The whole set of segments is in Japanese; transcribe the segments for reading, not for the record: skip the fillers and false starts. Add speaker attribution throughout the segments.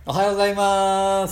Speaker 1: おはようございます。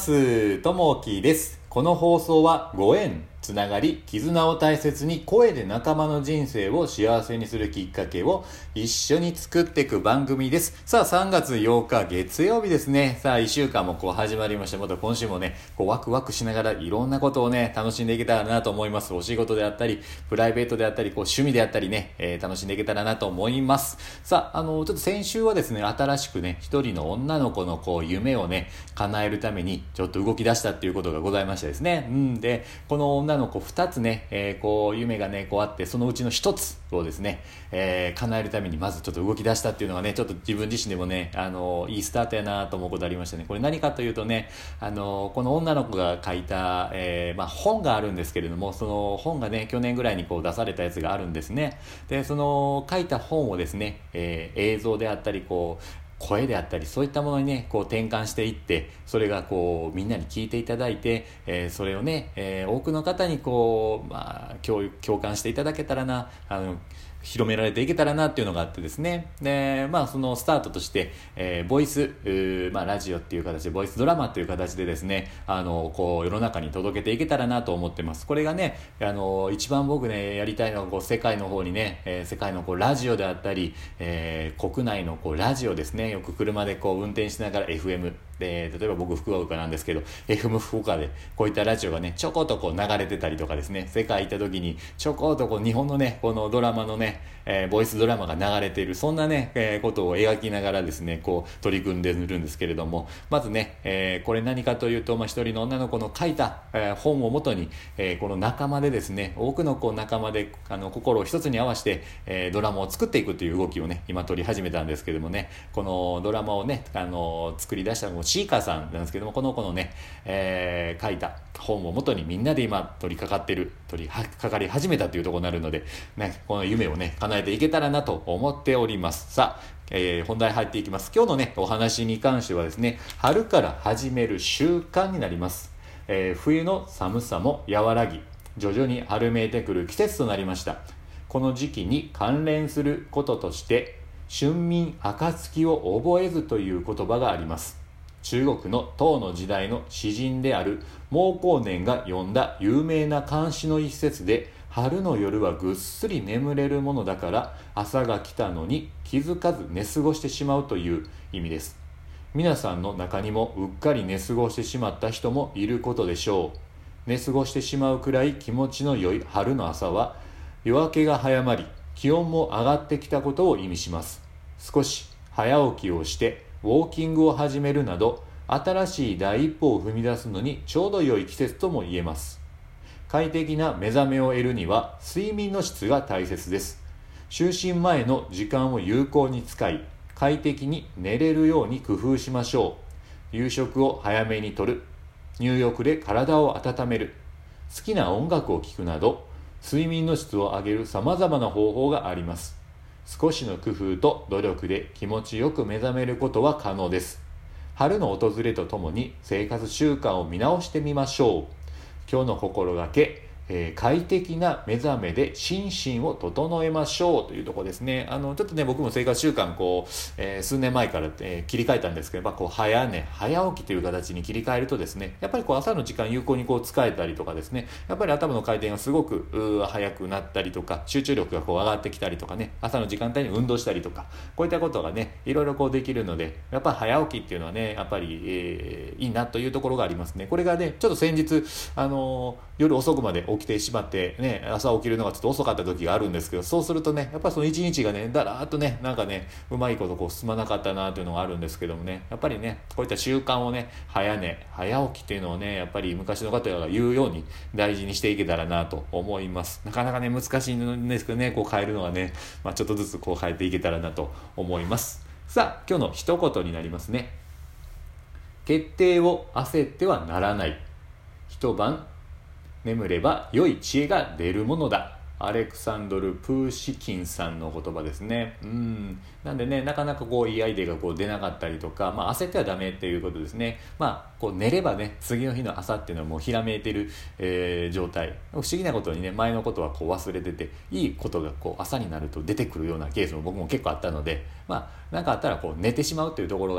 Speaker 1: ともきです。この放送はご縁、つながり、絆を大切に声で仲間の人生を幸せにするきっかけを一緒に作っていく番組です。さあ3月8日月曜日ですね。さあ1週間も始まりまして、また今週もね、ワクワクしながらいろんなことをね、楽しんでいけたらなと思います。お仕事であったり、プライベートであったり、趣味であったりね、楽しんでいけたらなと思います。さあ、ちょっと先週はですね、新しくね、一人の女の子の夢をね、叶えるためにちょっと動き出したっていうことがございましてですね。で、この女の子2つね、夢がね、あって、そのうちの1つをですね、叶えるためにまずちょっと動き出したっていうのがね、ちょっと自分自身でもね、いいスタートやなと思うことありましたね。これ何かというとね、この女の子が書いた、本があるんですけれども、その本がね、去年ぐらいに出されたやつがあるんですね。で、その書いた本をですね、映像であったり、声であったりそういったものにね転換していって、それがみんなに聞いていただいて、それをね、多くの方に共感していただけたらな、広められていけたらなっていうのがあってですね。で、そのスタートとして、ボイス、ラジオっていう形でボイスドラマっていう形でですね、世の中に届けていけたらなと思ってます。これがね、一番僕ねやりたいのは世界の方にね、世界のラジオであったり、国内のラジオですね。よく車で運転しながら FMで、例えば僕福岡なんですけど FM 福岡でこういったラジオがねちょこっと流れてたりとかですね、世界行った時にちょこっと日本のねこのドラマのね、ボイスドラマが流れている、そんなね、ことを描きながらですね取り組んでるんですけれども、まずね、これ何かというと、一人の女の子の書いた、本をもとに、この仲間でですね、多くの仲間で心を一つに合わせて、ドラマを作っていくという動きをね今取り始めたんですけどもね、このドラマをね作り出したのもシーカーさんなんですけども、この子のね、書いた本をもとにみんなで今取り掛かり始めたというところになるので、ね、この夢をね叶えていけたらなと思っております。さあ、本題入っていきます。今日のねお話に関してはですね、春から始める習慣になります。冬の寒さも和らぎ、徐々に春めいてくる季節となりました。この時期に関連することとして春眠暁を覚えずという言葉があります。中国の唐の時代の詩人である毛後年が読んだ有名な漢詩の一節で、春の夜はぐっすり眠れるものだから朝が来たのに気づかず寝過ごしてしまうという意味です。皆さんの中にもうっかり寝過ごしてしまった人もいることでしょう。寝過ごしてしまうくらい気持ちの良い春の朝は、夜明けが早まり気温も上がってきたことを意味します。少し早起きをしてウォーキングを始めるなど、新しい第一歩を踏み出すのにちょうど良い季節とも言えます。快適な目覚めを得るには睡眠の質が大切です。就寝前の時間を有効に使い、快適に寝れるように工夫しましょう。夕食を早めにとる、入浴で体を温める、好きな音楽を聴くなど、睡眠の質を上げる様々な方法があります。少しの工夫と努力で気持ちよく目覚めることは可能です。春の訪れとともに生活習慣を見直してみましょう。今日の心がけ、快適な目覚めで心身を整えましょうというところですね。ちょっとね僕も生活習慣数年前から、切り替えたんですけど、早起きという形に切り替えるとですね、やっぱり朝の時間有効に使えたりとかですね、やっぱり頭の回転がすごく早くなったりとか、集中力が上がってきたりとかね、朝の時間帯に運動したりとか、こういったことがねいろいろできるので、やっぱり早起きっていうのはねやっぱり、いいなというところがありますね。これがねちょっと先日夜遅くまで起きてしまってね、朝起きるのがちょっと遅かった時があるんですけど、そうするとねやっぱりその一日がねだらーっとねうまいこと進まなかったなというのがあるんですけどもね、やっぱりねこういった習慣をね早起きっていうのをねやっぱり昔の方が言うように大事にしていけたらなと思います。なかなかね難しいんですけどね、変えるのがね、ちょっとずつ変えていけたらなと思います。さあ今日の一言になりますね。決定を焦ってはならない。一晩眠れば良い知恵が出るものだ。アレクサンドル・プーシキンさんの言葉ですね。なんでね、なかなかいいアイデアが出なかったりとか、焦ってはダメっていうことですね。寝ればね、次の日の朝っていうのはもうひらめいてる、状態。不思議なことにね、前のことは忘れてて、いいことが朝になると出てくるようなケースも僕も結構あったので、なんかあったら寝てしまうっていうところがね、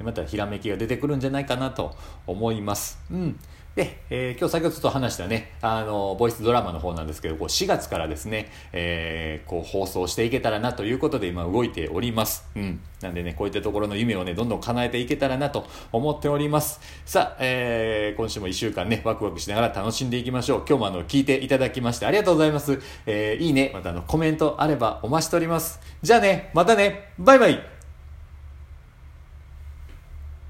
Speaker 1: またひらめきが出てくるんじゃないかなと思います。で、今日先ほどちょっと話したね、ボイスドラマの方なんですけど、4月からですね、放送していけたらなということで今動いております。なんでね、こういったところの夢をね、どんどん叶えていけたらなと思っております。さあ、今週も1週間ね、ワクワクしながら楽しんでいきましょう。今日も聞いていただきましてありがとうございます。いいね、またコメントあればお待ちしております。じゃあね、またね、バイバイ。